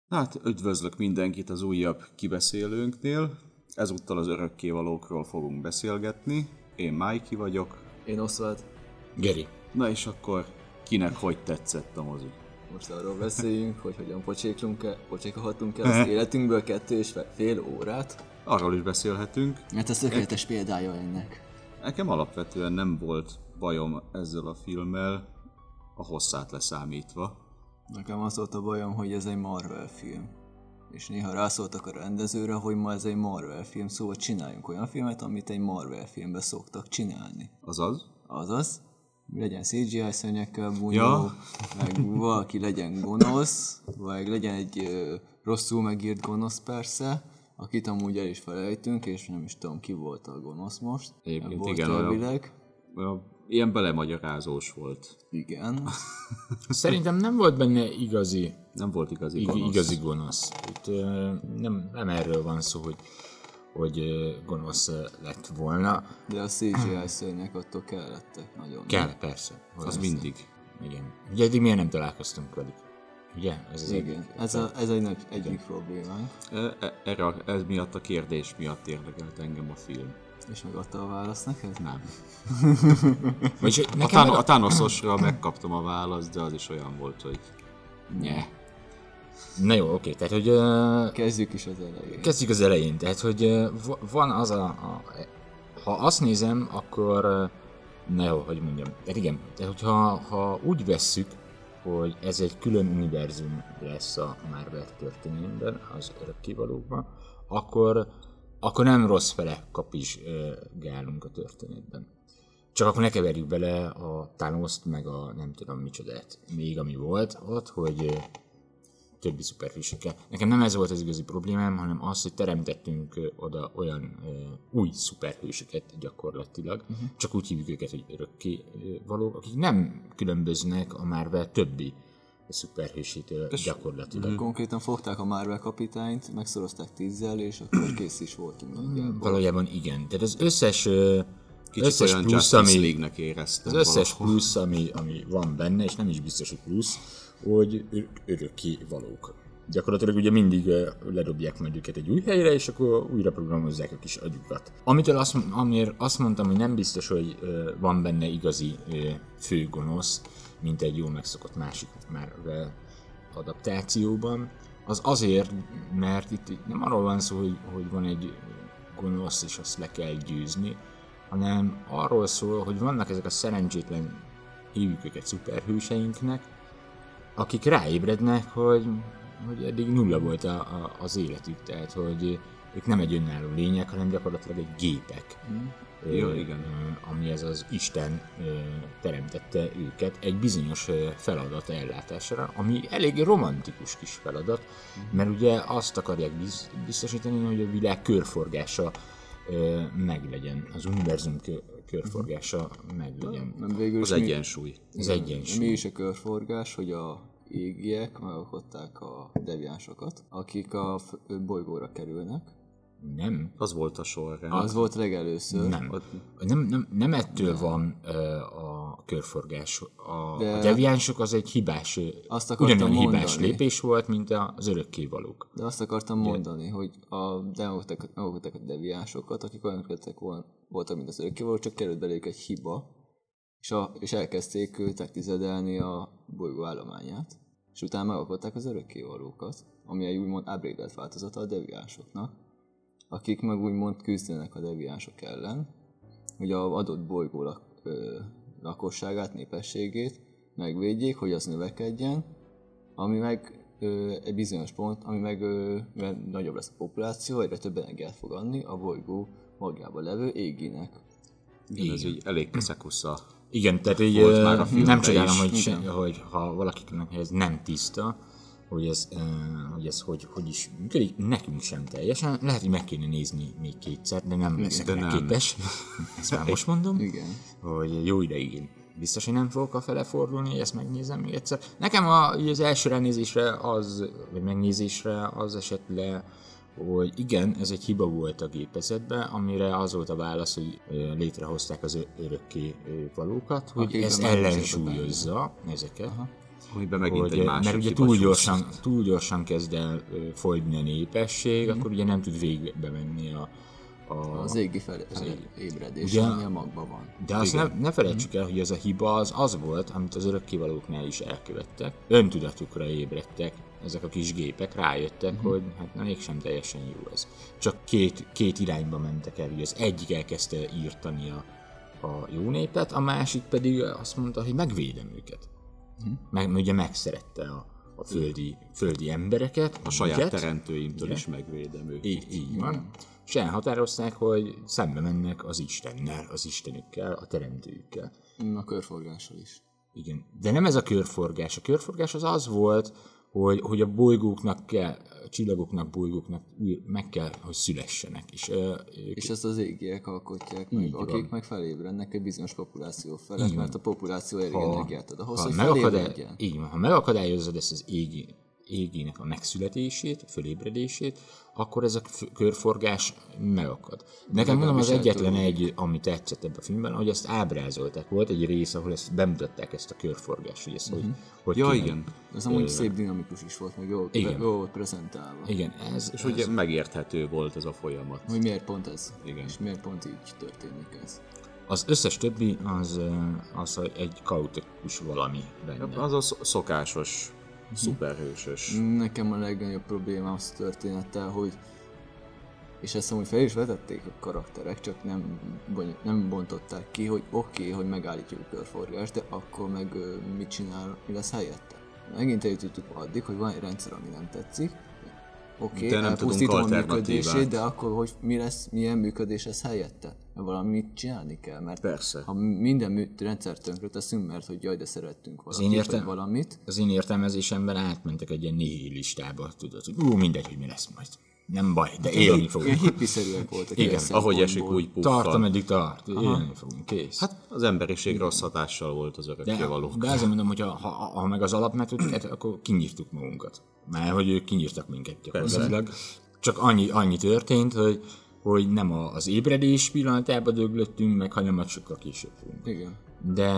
Hát üdvözlök mindenkit az újabb kibeszélőnknél. Ezúttal az örökkévalókról fogunk beszélgetni. Én Mikey vagyok. Én Oswald. Geri. Na és akkor kinek hogy tetszett a mozi? Most arról beszéljünk, hogy hogyan pocsékolhatunk el az életünkből 2,5 órát. Arról is beszélhetünk. Hát ez tökéletes példája ennek. Nekem alapvetően nem volt bajom ezzel a filmmel, a hosszát leszámítva. Nekem az volt a bajom, hogy ez egy Marvel film. És néha rászóltak a rendezőre, hogy ma ez egy Marvel film, szóval csináljunk olyan filmet, amit egy Marvel filmben szoktak csinálni. Azaz, legyen CGI szörnyekkel bunyó, meg valaki legyen gonosz, vagy legyen egy rosszul megírt gonosz persze, akit amúgy el is felejtünk, és nem is tudom ki volt a gonosz most. Egyébként igen, olyan ilyen belemagyarázós volt. Igen. Szerintem nem volt benne igazi. Nem volt igazi gonosz. Itt nem erről van szó, hogy gonosz lett volna. De a CGI szörnyek attól kellettek nagyon. Kell, persze. Az mindig. Igen. Ugye eddig miért nem találkoztunk velük? Ugye? Ez egy nagy egyik problémánk. Ez miatt a kérdés miatt érdekelt engem a film. És megadta a választ neked? Nem. Nekem a Thanososra megkaptam a választ, de az is olyan volt, hogy nye. Na jó, oké, tehát hogy... Kezdjük is az elején. Kezdjük az elején, tehát hogy van az ha azt nézem, akkor... Na jó, hogy mondjam. Tehát igen, tehát hogyha úgy vesszük, hogy ez egy külön univerzum lesz a Marvel történetben, az örökkévalókban, akkor nem rossz fele kapizsgálunk a történetben. Csak akkor ne keverjük bele a Thanost, meg a nem tudom micsodát még, ami volt ott, hogy többi szuperhősökkel. Nekem nem ez volt az igazi problémám, hanem az, hogy teremtettünk oda olyan új szuperhősöket gyakorlatilag, csak úgy hívjuk őket, hogy örökkévalók, akik nem különböznek a Marvel többi szuperhősétől gyakorlatilag. Konkrétan fogták a Marvel kapitányt, megszorozták 10-zel, és akkor kész is voltunk. Valójában igen. Tehát az összes plusz, az összes plusz, ami van benne, és nem is biztos, hogy plusz, hogy örökkévalók. Gyakorlatilag ugye mindig ledobják majd őket egy új helyre, és akkor újra programozzák a kis agyukat. Amiért azt mondtam, hogy nem biztos, hogy van benne igazi főgonosz, mint egy jól megszokott másik Marvel adaptációban, az azért, mert itt nem arról van szó, hogy van egy gonosz, és azt le kell győzni, hanem arról szól, hogy vannak ezek a szerencsétlen, hívjuk őket szuperhőseinknek, akik ráébrednek, hogy eddig nulla volt az életük, tehát hogy ők nem egy önálló lények, hanem gyakorlatilag egy gépek. Jó, igen. Ami ez az Isten teremtette őket egy bizonyos feladat ellátására, ami elég romantikus kis feladat, mert ugye azt akarják biztosítani, hogy a világ körforgása meglegyen, az univerzum körforgása meglegyen. Az egyensúly. Az egyensúly. Mi is a körforgás, hogy a égiek megalkották a deviánsokat, akik a bolygóra kerülnek. Nem. Az volt a sorrend. Az volt legelőször. Nem ettől van a körforgás. A deviánsok az egy hibás, ugyanolyan hibás lépés volt, mint az örökkévalók. De azt akartam mondani, hogy megalkották a deviánsokat, akik olyan voltak, mint az örökkévalók, csak került belőlük egy hiba, és elkezdték taktizedelni a bolygó állományát, és utána megalkották az örökkévalókat, ami egy úgymond upgrade-elt változata a deviánsoknak, akik meg úgymond küzdenek a deviánsok ellen, hogy az adott bolygó lakosságát, népességét megvédjék, hogy az növekedjen, ami meg egy bizonyos pont, ami meg nagyobb lesz a populáció, egyre több energiát fog adni a bolygó magában levő éginek. Igen, ez így elég keszekusza. Igen, tehát így nem csodálom, hogy ha valakiknek ez nem tiszta, hogy ez hogy is működik, nekünk sem teljesen. Lehet, hogy meg kéne nézni még kétszer, de nem leszek rá képes. Ezt már most mondom, igen. Hogy jó ideig biztos, hogy nem fogok afele fordulni, hogy ezt megnézem még egyszer. Nekem az első ránézésre vagy megnézésre az esett le, hogy igen, ez egy hiba volt a gépezetben, amire az volt a válasz, hogy létrehozták az örökkévalókat, hogy ez ellensúlyozza ezeket. Aha. Amiben megint egy másik mert ugye túl gyorsan kezd el fogyni a népesség, akkor ugye nem tud végbe menni az égi ébredés, ugye, ami a magban van. De azt ne felejtsük el, hogy ez a hiba az volt, amit az örökkévalóknál is elkövettek. Öntudatukra ébredtek ezek a kis gépek, rájöttek, hogy hát mégsem teljesen jó ez. Csak két irányba mentek el, hogy az egyik elkezdte írtani a jó népet, a másik pedig azt mondta, hogy megvédem őket. Ugye megszerette a földi embereket. A saját teremtőimtől is megvédem őket. Így van. És elhatározták, hogy szembe mennek az Istennel, az Istenükkel, a teremtőükkel. A körforgással is. Igen, de nem ez a körforgás. A körforgás az volt, hogy a bolygóknak kell, a csillagoknak, bolygóknak meg kell, hogy szülessenek. És ezt az égiek alkotják meg, akik meg felébrednek egy bizonyos populáció felett, mert a populáció elég energiát ad ahhoz, hogy felébredjen. Így van, ha megakadályozod ezt az égének a megszületését, a fölébredését, akkor ez a körforgás megakad. Nekem mondom az egyetlen egy, ami tetszett ebben a filmben, hogy ezt ábrázolták. Volt egy rész, ahol ezt bemutatták ezt a körforgást, hogy ezt hogy ja, igen. Ez amúgy szép dinamikus is volt, meg jól volt prezentálva. Igen, és ugye megérthető volt ez a folyamat. Hogy miért pont ez, igen. És miért pont így történik ez. Az összes többi az egy kaotikus valami benne. Az a szokásos, szuperhősös. Nekem a legnagyobb probléma az történettel, hogy és ezt amúgy fel is vetették a karakterek, csak nem bontották ki, hogy oké, hogy megállítjuk a körforgást, de akkor meg mit csinál, mi lesz helyette. Megint eljutottuk addig, hogy van egy rendszer, ami nem tetszik, oké, elpusztítom a működését, de akkor hogy milyen működés lesz helyette? Valamit csinálni kell, mert persze. Ha minden rendszert tönkre teszünk, mert hogy jaj, de szerettünk valamit. Az én értelmezésemben átmentek egy ilyen nihilistába, tudod, hogy mindegy, hogy mi lesz majd. Nem baj, de élni fogunk. Ilyen hippiszerűek voltak. Igen, ahogy esik, úgy puffal. Tart, ameddig tart, élni fogunk, kész. Hát az emberiség rossz hatással volt az örökkévalók. De azért mondom, hogy ha meg az alapmetodiket, akkor kinyírtuk magunkat. Mert hogy ők kinyírtak minket gyakorlatilag. Csak annyi történt, hogy nem az ébredés pillanatában döglöttünk meg, hanem az sokkal később fogunk. Igen. De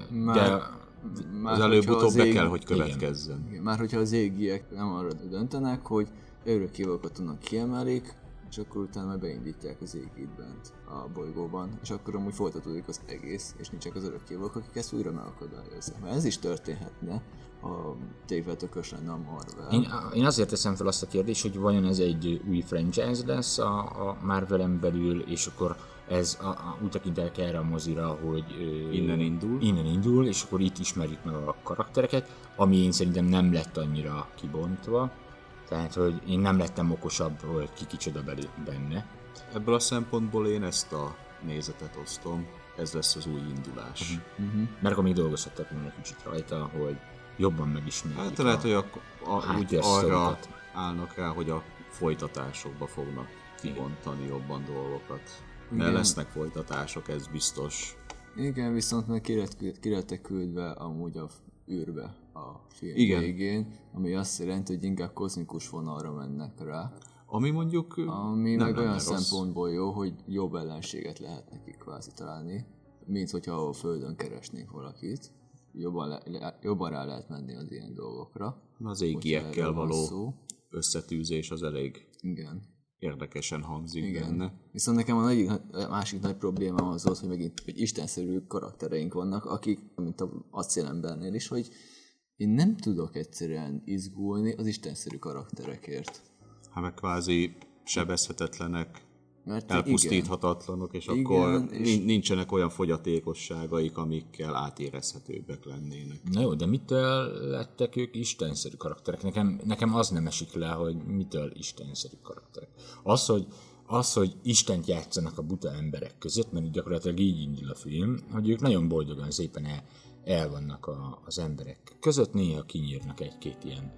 az előbb-utóbb be kell, hogy következzen. Igen. Már hogyha az égiek nem arra döntenek, hogy örökkévalókat onnan kiemelik, és akkor utána beindítják az égét bent a bolygóban, és akkor amúgy folytatódik az egész, és nincsenek az örökkévalók, akik ezt újra megakadályozzák. Mert ez is történhetne, ha tényleg tökös lenne a Marvel. Én azért teszem fel azt a kérdést, hogy vajon ez egy új franchise lesz a Marvelen belül, és akkor ez úgy tekintek erre a mozira, hogy innen indul, és akkor itt ismerjük meg a karaktereket, ami én szerintem nem lett annyira kibontva. Tehát, hogy én nem lettem okosabb, hogy ki kicsoda benne. Ebből a szempontból én ezt a nézetet osztom, ez lesz az új indulás. Mert akkor még dolgozhattak volna kicsit rajta, hogy jobban megismerjük. Hát lehet, hogy úgy arra állnak rá, hogy a folytatásokba fognak kibontani jobban dolgokat. Mert lesznek folytatások, ez biztos. Igen, viszont meg ki lettek küldve amúgy a űrbe a film végén, ami azt jelenti, hogy inkább kozmikus vonalra mennek rá. Ami mondjuk ami meg olyan szempontból jó, hogy jobb ellenséget lehet nekik kvázi találni, mint hogyha a Földön keresnék valakit. Jobban rá lehet menni az ilyen dolgokra. Az égiekkel való összetűzés az elég érdekesen hangzik benne. Viszont nekem a másik nagy probléma az volt, hogy megint hogy istenszerű karaktereink vannak, akik, mint az acélembernél is, hogy én nem tudok egyszerűen izgulni az istenszerű karakterekért. Hát meg kvázi sebezhetetlenek, elpusztíthatatlanok, és akkor nincsenek olyan fogyatékosságaik, amikkel átérezhetőbbek lennének. Na jó, de mitől lettek ők istenszerű karakterek? Nekem az nem esik le, hogy mitől istenszerű karakterek. Az, hogy Istent játszanak a buta emberek között, mert gyakorlatilag így indul a film, hogy ők nagyon boldogan szépen el vannak az emberek között, néha kinyírnak egy-két ilyen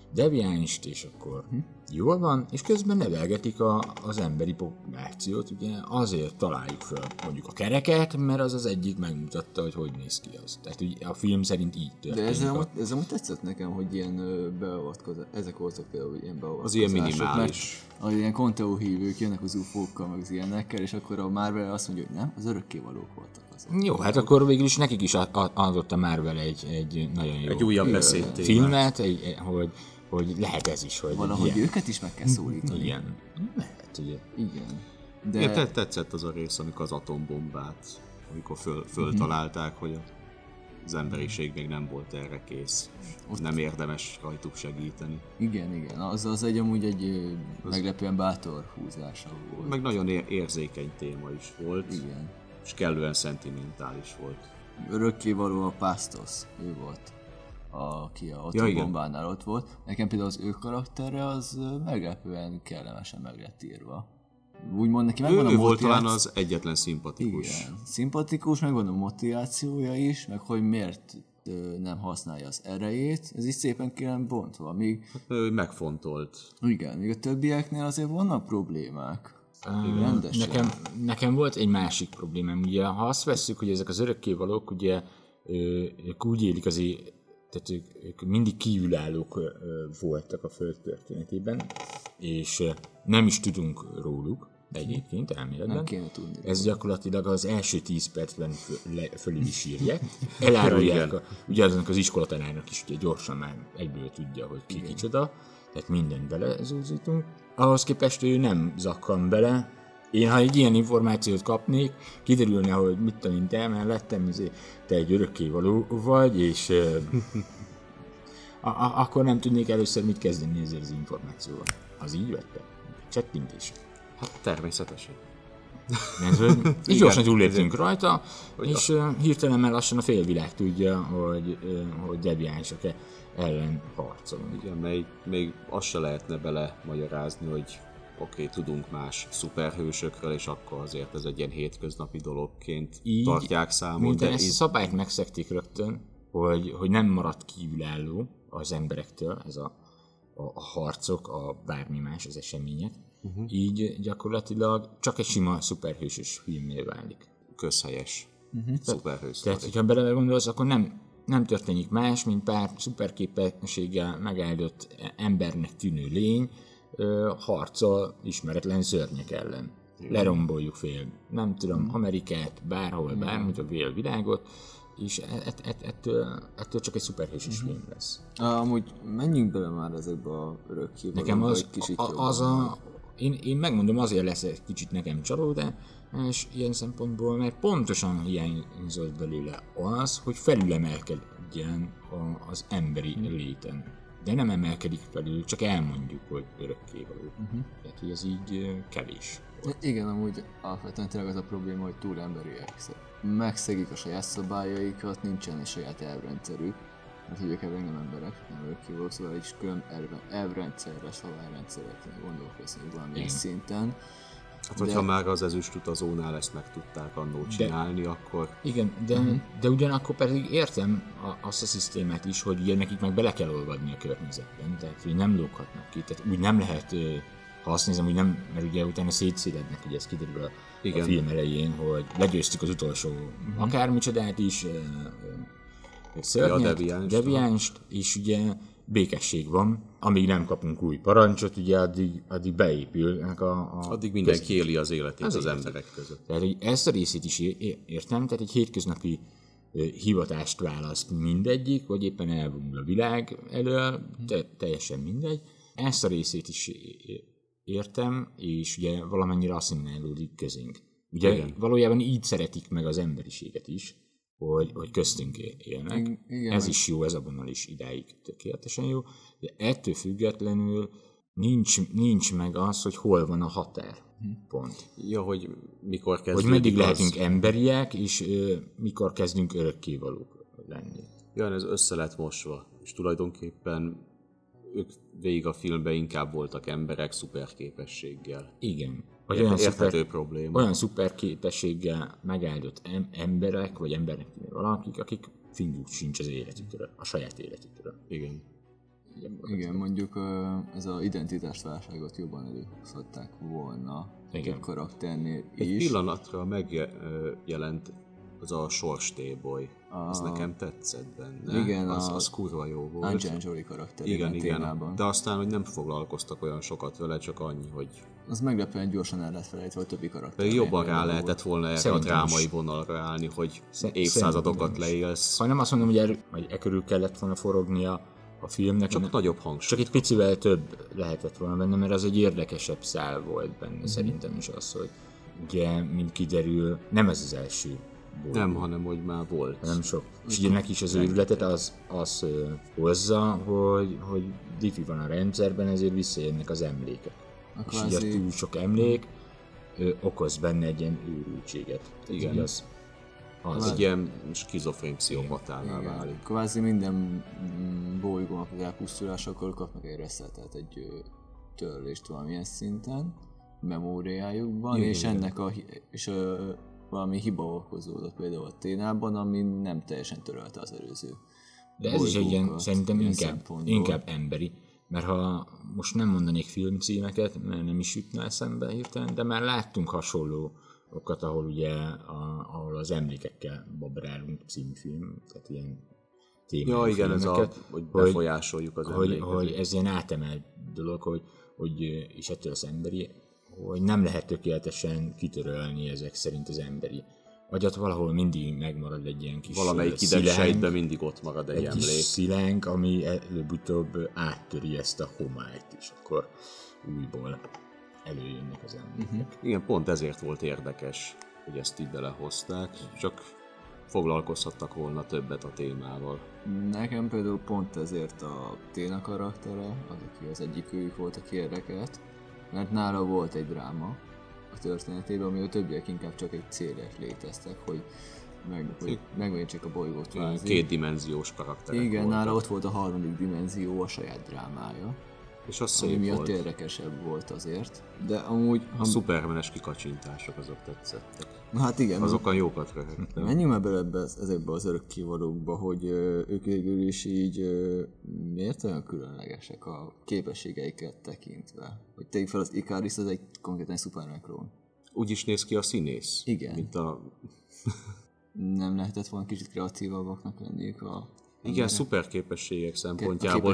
deviánst, és akkor jól van, és közben nevelgetik az emberi populációt, ugye azért találjuk fel mondjuk a kereket, mert az egyik megmutatta, hogy néz ki az. Tehát ugye a film szerint így történik. De ez amúgy tetszett nekem, hogy ilyen beavatkozás, ezek voltak például ilyen beavatkozások. Az ilyen minimális. Mert ilyen Conteo hívők jönnek az UFO-kkal, meg az ilyenekkel, és akkor a Marvel azt mondja, hogy nem, az örökkévalók voltak azok. Jó, hát akkor végül is nekik is adott a Marvel egy nagyon jó egy újabb beszédtémát. Filmet, hogy lehet ez is, hogy valahogy ilyen. Őket is meg kell szólítani. Igen. Lehet, ugye. Igen. De tetszett az a rész, amikor az atombombát, amikor föltalálták, hogy az emberiség még nem volt erre kész. Nem érdemes rajtuk segíteni. Igen. Az amúgy egy meglepően bátor húzása volt. Meg nagyon érzékeny téma is volt. Igen. És kellően szentimentális volt. Örökkévaló a Pastos, ő volt, aki a atombombánál ott volt. Nekem például az ő karaktere az meglepően kellemesen meg lett írva. Úgymond neki megvan a motiváció. Ő volt talán az egyetlen szimpatikus. Igen, szimpatikus, megvan a motivációja is, meg hogy miért nem használja az erejét, ez is szépen ki lett bontva. Hát ő megfontolt. Igen, még a többieknél azért vannak problémák. Nekem volt egy másik problémám, ugye ha azt vesszük, hogy ezek az örökkévalók ugye ők úgy élik azért, tehát ők mindig kívülállók voltak a Föld történetében, és nem is tudunk róluk egyébként elméletben. Nem kéne tudni. Ez gyakorlatilag az első 10 percben fölül is írják. Elárulják, ugye azonnak az iskolatanárnak is ugye gyorsan már egyből tudja, hogy ki kicsoda, tehát mindent belezúzítunk. Ahhoz képest ő nem zakkan bele. Én, ha egy ilyen információt kapnék, kiderülne, hogy mit tudom, te mellettem, te egy örökkévaló vagy, és akkor nem tudnék először mit kezdeni ezzel az információval. Az így vette? Csettintés. Hát természetesen. És gyorsan túlléptünk rajta, és hirtelen már lassan a félvilág tudja, hogy deviánsok ellen harcolunk. Igen, még azt se lehetne bele magyarázni, hogy oké, tudunk más szuperhősökről, és akkor azért ez egy ilyen hétköznapi dologként így tartják számon. Minden ezt a szabályt megszegték rögtön, hogy nem maradt kívülálló az emberektől, ez a harcok, a bármi más, az események. Így gyakorlatilag csak egy sima szuperhősös filmmé válik. Közhelyes szuperhős. Tehát, hogyha belegondolsz, akkor nem történik más, mint pár szuperképességgel megáldott embernek tűnő lény harcol ismeretlen szörnyek ellen. Leromboljuk fél, nem tudom, Amerikát, bárhol, bármit, a világot, és ettől csak egy szuperhősös film lesz. Amúgy menjünk bele már ezekbe a örökkévalókba. Nekem én megmondom, azért lesz egy kicsit nekem csalódás, és ilyen szempontból, mert pontosan hiányzott belőle az, hogy felülemelkedjen az emberi léten. De nem emelkedik felül, csak elmondjuk, hogy örökkévaló. Tehát, hogy ez így kevés. Igen, amúgy alapvetően tényleg az a probléma, hogy túl emberiek. Megszegik a saját szabályaikat, nincsen egy saját elvrendszerük, mert hogy ők nem emberek, nem örökkévalók, szóval egy külön elvrendszerre, szabályrendszerre gondolkozni valamilyen szinten. Hát, hogyha már az ezüstutazónál ezt meg tudták annól csinálni, akkor... Igen, de ugyanakkor pedig értem azt a szisztémát is, hogy ugye nekik meg bele kell olvadni a környezetben, tehát hogy nem lóghatnak ki, tehát úgy nem lehet, ha azt nézem, úgy nem, mert ugye utána szétszélednek, hogy ez kiderül a film elején, hogy legyőztük az utolsó akármicsodát is, szörnyet, deviánst, és ugye békesség van, amíg nem kapunk új parancsot, ugye addig beépülnek addig mindenki éli az életét az emberek között. Tehát hogy ezt a részét is értem, tehát egy hétköznapi hivatást választ mindegyik, vagy éppen elvonul a világ elől, teljesen mindegy. Ezt a részét is értem, és ugye valamennyire asszimilálódik közénk. Ugye valójában így szeretik meg az emberiséget is, hogy köztünk élnek. Igen, ez is jó, ez a vonal is idáig tökéletesen jó. De ettől függetlenül nincs meg az, hogy hol van a határ. Pont. Ja, hogy mikor kezdődik. Hogy meddig lehetünk emberiek, és mikor kezdünk örökkévalók lenni. Ja, ez össze lett mosva. És tulajdonképpen ők végig a filmben inkább voltak emberek szuperképességgel. Igen. Érthető probléma. Olyan szuperképességgel megáldott emberek, vagy embernek valakik, akik fingjuk sincs az életükről, a saját életükről. Igen. Igen, mondjuk ez az identitásválságot jobban előhozhatták volna a karakternél Egy is. pillanatra megjelent az a sorstéboly. Az nekem tetszett benne. Igen, az kurva jó volt. Angelina Jolie karakterében témában. De aztán, hogy nem foglalkoztak olyan sokat vele, csak annyi, hogy Az meglepően gyorsan el lett felejtve a többi karakter. jobban rá lehetett volna erre a drámai vonalra állni, hogy évszázadokat leélsz. Ha nem azt mondom, hogy e körül kellett volna forognia a filmnek, Csak nagyobb hangsúly. csak egy picivel több lehetett volna benne, mert az egy érdekesebb szál volt benne, szerintem is az, hogy ugye, mint kiderül, nem ez az első bolygó. Nem, hanem hogy már volt. Nem sok. És ugye neki is az őrületet az hozza, hogy diffi van a rendszerben, ezért visszajönnek az emlékek. És ugye túl sok emlék okoz benne egy ilyen őrültséget. Igen. Az egy ilyen skizofrén pszichopatává válik. Kvázi minden bolygónak az elpusztulásakor kapnak egy reszetet, egy törlést valamilyen szinten, memóriájukban, és ennek valami hiba okozódott például a Ténában, ami nem teljesen törölte az előző. De ez is egy ilyen, szerintem inkább emberi, mert ha most nem mondanék filmcímeket, mert nem is jutna eszembe hirtelen, de már láttunk hasonlókat, ahol ugye ahol az emlékekkel babrálunk címfilm, tehát ilyen témájú igen, filmeket, hogy befolyásoljuk az emléket. Hogy ez ilyen átemelt dolog, hogy és ettől az emberi, hogy nem lehet tökéletesen kitörölni ezek szerint az emberi agyat, valahol mindig megmarad egy ilyen kis valamelyik idegsejtben mindig ott marad egy emlék. Kis szilánk, ami előbb-utóbb áttöri ezt a homályt, és akkor újból előjönnek az emlékek. Igen, pont ezért volt érdekes, hogy ezt így belehozták, csak foglalkozhattak volna többet a témával. Nekem például pont ezért a Téna karaktere, aki az egyik őjük volt, aki érdekelt, mert nála volt egy dráma a történetében, ami a többiek inkább csak egy célért léteztek, hogy megmentsék a bolygót kvázi. Kétdimenziós karakterek Igen, voltak. nála ott volt a harmadik dimenzió, a saját drámája. És az ami szép miatt volt. érdekesebb volt azért. De amúgy... A szupermenes kikacsintások azok tetszettek. Hát igen. Azokon jókat röhögtem. Menjünk már bele ezekbe az örökkévalókba, hogy ők végül is így miért olyan különlegesek a képességeiket tekintve? Hogy tegyük fel, az Ikaris az egy konkrétan egy Superman klón. Úgy is néz ki a színész. Igen. Mint a... Nem lehetett volna kicsit kreatívabbaknak lenniük a... Igen, szuper képességek szempontjából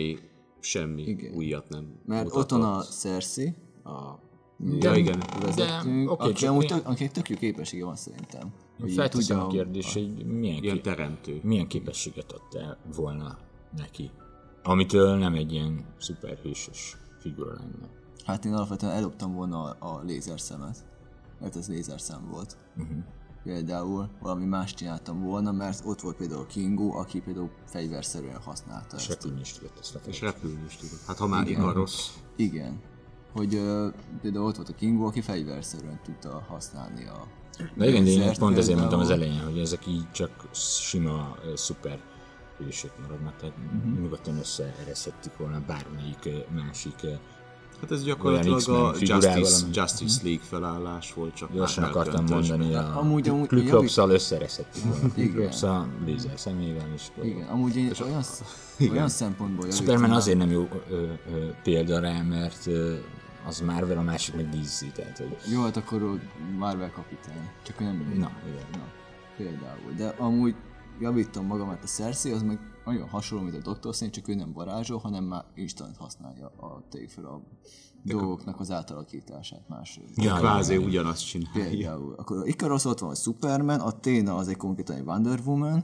semmi igen. újat nem mert mutatott. ott van a Cersei, a igen. vezetőnk, oké, aki tök jó képessége van szerintem. Felteszem a kérdést, hogy ilyen teremtő. milyen képességet adtál volna neki, amitől nem egy ilyen szuperhősös figura lenne. Hát én alapvetően eldobtam volna a lézerszemet, mert ez lézerszem volt. Például valami más csináltam volna, mert ott volt például Kingo, aki például fegyverszerűen használta És ezt. repülni is tudott ezt És repülni is tudott. Hát ha már Ikarosz. Igen. Hogy például ott volt a Kingo, aki fegyverszerűen tudta használni a... Na igen, de én lézert pont ezért mondtam az például. elején, hogy ezek így csak sima szuper hősök maradnak, tehát nyugodtan összeereszhettük volna bármelyik másik Hát ez gyakorlatilag a figurával, Justice League felállás volt, csak gyorsan már akartam döntösben. mondani, amúgy Klükropszal összereszettük volna. Klükropszal lézer szemével is. Igen, amúgy én olyan szempontból Superman azért nem jó példa rá, mert az Marvel, a másik meg DC, tehát hogy... Jó, hát akkor Marvel kapitány. Csak ő nem... Na, igen. Na, például. De amúgy javítom magam, mert a Cersei az meg nagyon hasonló, mint a Dr. Strange, csak ő nem varázsol, hanem már instant használja a dolgoknak az átalakítását másról. Ja, Kvázi ugyanazt csinálja. Például. Akkor a Ikaros ott van a Superman, a Téna az egy konkrétan egy Wonder Woman.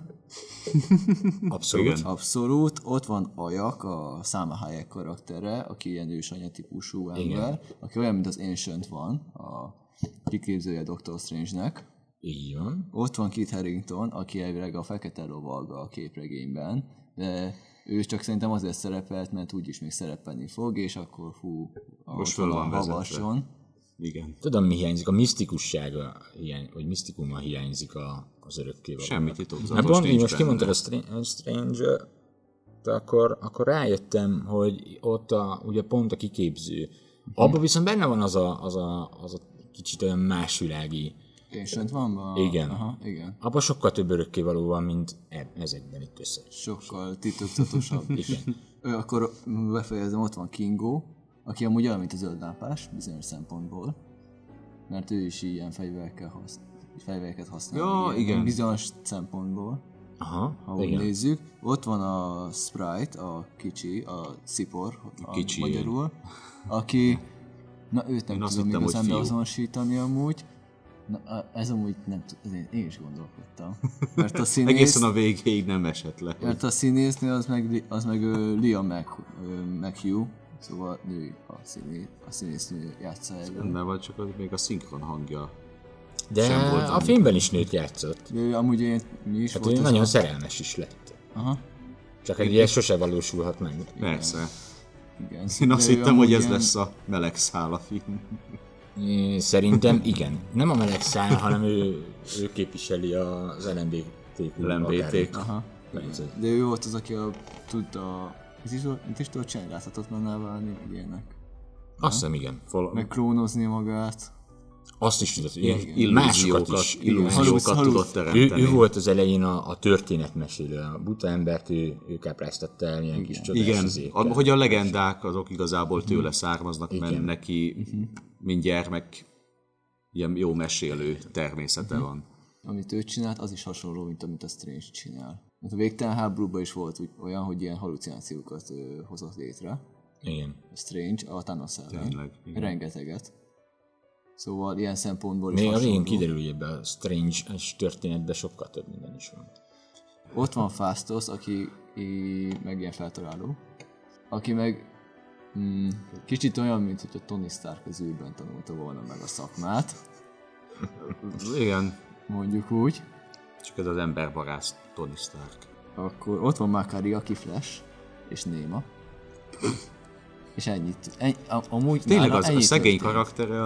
Abszolút. Abszolút. Ott van Ajak, a Salma Hayek karaktere, aki ilyen ősanya típusú ember, aki olyan, mint az Ancient van, a kiképzője Dr. Strange-nek. Így van. Ott van Kit Harington, aki elvileg a fekete lovalga a képregényben, de ő csak szerintem azért szerepelt, mert úgyis még szerepelni fog, és akkor most föl van havasson. Igen. Tudom, mi hiányzik? A misztikussága vagy misztikuma hiányzik az örökkévalónak. Semmi titokzatos Hát pont így nincs most benne. kimondtad a Strange, de akkor rájöttem, hogy ott ugye pont a kiképző. Abban viszont benne van az a kicsit olyan másvilági. Ancient van? Igen. Aha, igen. Abban sokkal több örökkévaló van, mint ezekben itt össze. Sokkal titokzatosabb. Igen. Akkor befejezem, ott van Kingo, aki amúgy olyan, mint a zöld lámpás, bizonyos szempontból. Mert ő is ilyen fegyvereket használ. Ja, igen. Bizonyos szempontból. Aha, Ha úgy igen. nézzük. Ott van a Sprite, a kicsi, a Szipor, Kicsi magyarul, aki, na őt nem Én azt tudom hittem, igazán hogy fiú. beazonosítani amúgy. Na, ez amúgy nem tudom, én is gondolkodtam. Mert a Egészen a végéig nem esett le. mert a színésznő az meg Liam McHugh, szóval nő a színésznő játsza elő. Nem vagy, csak az még a szinkron hangja. De Sem volt a annyi. filmben is nőt játszott. De ő amúgy mi is Hát volt ő az nagyon a... szerelmes is lett. Aha, Csak egy ilyen sose valósulhat meg. Persze. igen. Én azt De ő hittem, amúgy hogy ez ilyen- lesz a meleg szál a film. Szerintem igen. Nem a meleg szál, hanem ő képviseli az LMBTQ. LMBT. Aha. De ő volt az, aki tudta... Mit is tudott csinálni? Láthatatlanná válni, meg ilyenek. Azt hiszem, igen. Meg klónozni magát. Azt is tudod, ilyen másokat is. Illúziókat tudott Ő teremteni. volt az elején a történetmesélő. A buta embert ő kápráztatta el ilyen kis csodás Igen, izékkel. hogy a legendák azok igazából tőle származnak, mert neki mint gyermek ilyen jó mesélő természete van. Amit ő csinált, az is hasonló, mint amit a Strange csinál. Mert a Végtelen háborúban is volt olyan, hogy ilyen hallucinációkat hozott létre. Igen. A Strange, a Thanos ellen. Tényleg, igen. Rengeteget. Szóval ilyen szempontból is Még a hasonló. végén kiderül, hogy ebben a Strange-es történetben sokkal több minden is van. Ott van Phastos, aki meg ilyen feltaláló. Aki meg kicsit olyan, mint hogy a Tony Stark az űrben tanulta volna meg a szakmát. Igen, Mondjuk úgy. csak ez az emberbarát Tony Stark. Akkor ott van Makari, aki Flash, és Néma. És ennyit. Amúgy Tényleg nála az, a ennyit szegény történt. karaktere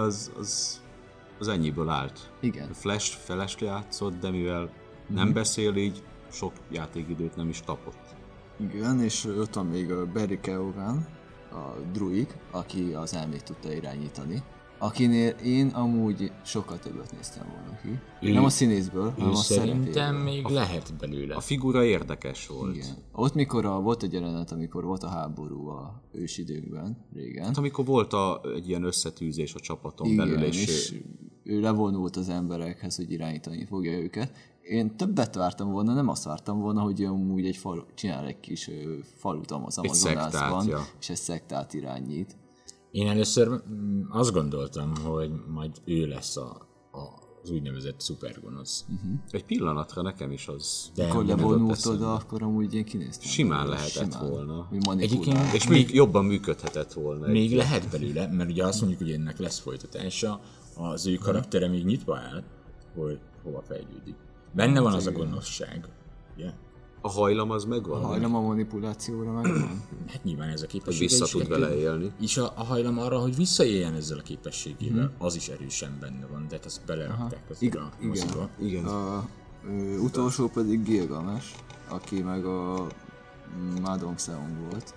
az ennyiből állt. Igen. Flash játszott, de mivel nem beszél így, sok játékidőt nem is kapott. Igen, és ott van még a Barry Keoghan, a druid, aki az elmét tudta irányítani. Akinél én amúgy sokkal többet néztem volna ki. Nem a színészből, hanem Ő a szerintem szerepéből. még lehet belőle. A figura érdekes volt. Igen. Ott mikor volt egy jelenet, amikor volt a háború a ősidőkben, régen. Hát amikor volt egy ilyen összetűzés a csapaton Igen, belül, és ő levonult az emberekhez, hogy irányítani fogja őket. Én többet vártam volna, nem azt vártam volna, hogy amúgy egy csinál egy kis falut az Amazonasban, szektát, ja. és egy szektát irányít. Én először azt gondoltam, hogy majd ő lesz az úgynevezett szupergonosz. egy pillanatra nekem is az De Akkor nem levonult eszembe. oda, akkor amúgy én kinéztem. simán belőle, lehetett volna. Hogy manipulál. Egyébként És még jobban működhetett volna. még lehet belőle, mert ugye azt mondjuk, hogy ennek lesz folytatása, az ő karaktere még nyitva áll, hogy hova fejlődik. Benne van az a gonoszság, ugye? A hajlam az megvan. Hajlam a manipulációra megvan. Hát nyilván ez a Hogy képesség. vissza tud vele élni. És a hajlam arra, hogy visszaéljen ezzel a képességével, az is erősen benne van, de hát azt belerakták az a moziba. Igen. A utolsó pedig Gilgamesh, aki meg a Madong Seong volt.